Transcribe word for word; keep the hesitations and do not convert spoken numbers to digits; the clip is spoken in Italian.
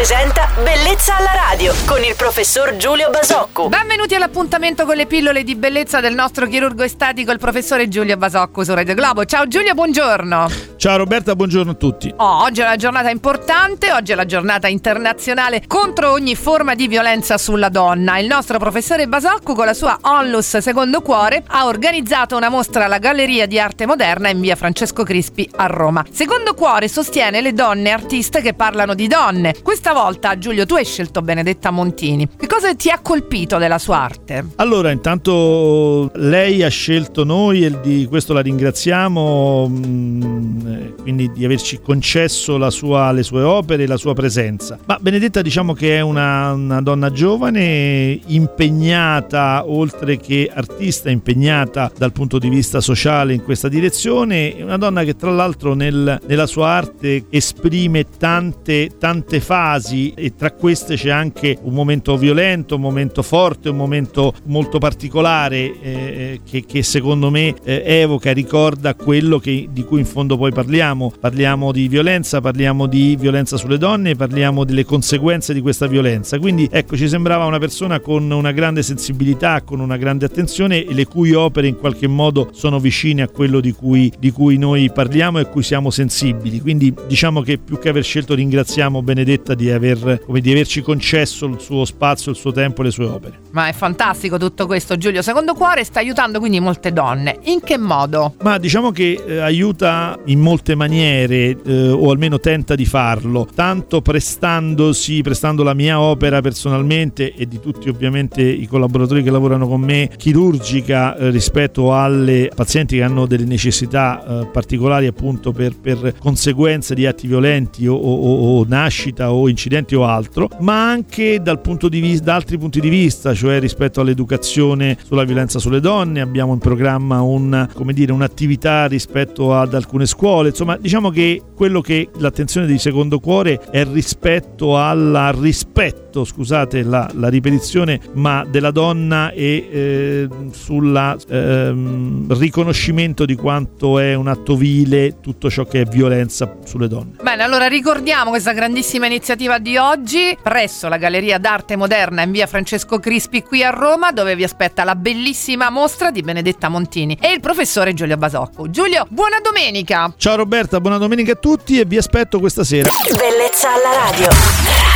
presenta Bellezza alla radio con il professor Giulio Basocco. Benvenuti all'appuntamento con le pillole di bellezza del nostro chirurgo estetico, il professore Giulio Basocco su Radio Globo. Ciao Giulio, buongiorno. Ciao Roberta, buongiorno a tutti. Oh, oggi è una giornata importante, oggi è la giornata internazionale contro ogni forma di violenza sulla donna. Il nostro professore Basocco, con la sua Onlus Secondo Cuore, ha organizzato una mostra alla Galleria di Arte Moderna in via Francesco Crispi a Roma. Secondo Cuore sostiene le donne artiste che parlano di donne. Questa volta, Giulio, tu hai scelto Benedetta Montini. Che cosa ti ha colpito della sua arte? Allora, intanto lei ha scelto noi e di questo la ringraziamo, quindi di averci concesso la sua, le sue opere e la sua presenza. Ma Benedetta, diciamo che è una, una donna giovane, impegnata, oltre che artista, impegnata dal punto di vista sociale in questa direzione. È una donna che tra l'altro nel, nella sua arte esprime tante, tante fasi, e tra queste c'è anche un momento violento, un momento forte, un momento molto particolare eh, che, che secondo me eh, evoca, ricorda quello che, di cui in fondo poi parliamo. Parliamo di violenza, parliamo di violenza sulle donne, parliamo delle conseguenze di questa violenza. Quindi ecco, ci sembrava una persona con una grande sensibilità, con una grande attenzione, e le cui opere in qualche modo sono vicine a quello di cui, di cui noi parliamo e a cui siamo sensibili. Quindi diciamo che più che aver scelto, ringraziamo Benedetta di aver, come di averci concesso il suo spazio, il suo tempo e le sue opere. Ma è fantastico tutto questo, Giulio. Secondo Cuore sta aiutando quindi molte donne. In che modo? Ma diciamo che eh, aiuta in molte maniere, eh, o almeno tenta di farlo, tanto prestandosi, prestando la mia opera personalmente e di tutti ovviamente i collaboratori che lavorano con me, chirurgica, eh, rispetto alle pazienti che hanno delle necessità eh, particolari appunto per, per conseguenze di atti violenti o, o, o nascita o incidenti o altro, ma anche dal punto di vista, da altri punti di vista, cioè rispetto all'educazione sulla violenza sulle donne. Abbiamo in programma un, come dire, un'attività rispetto ad alcune scuole. Insomma, diciamo che quello che l'attenzione di Secondo Cuore è rispetto alla rispetto, scusate la, la ripetizione, ma della donna e eh, sulla ehm, riconoscimento di quanto è un atto vile tutto ciò che è violenza sulle donne. Bene, allora ricordiamo questa grandissima iniziativa di oggi presso la Galleria d'Arte Moderna in via Francesco Crispi qui a Roma, dove vi aspetta la bellissima mostra di Benedetta Montini e il professore Giulio Basocco. Giulio, buona domenica! Ciao Roberta, buona domenica a tutti e vi aspetto questa sera. Bellezza alla radio.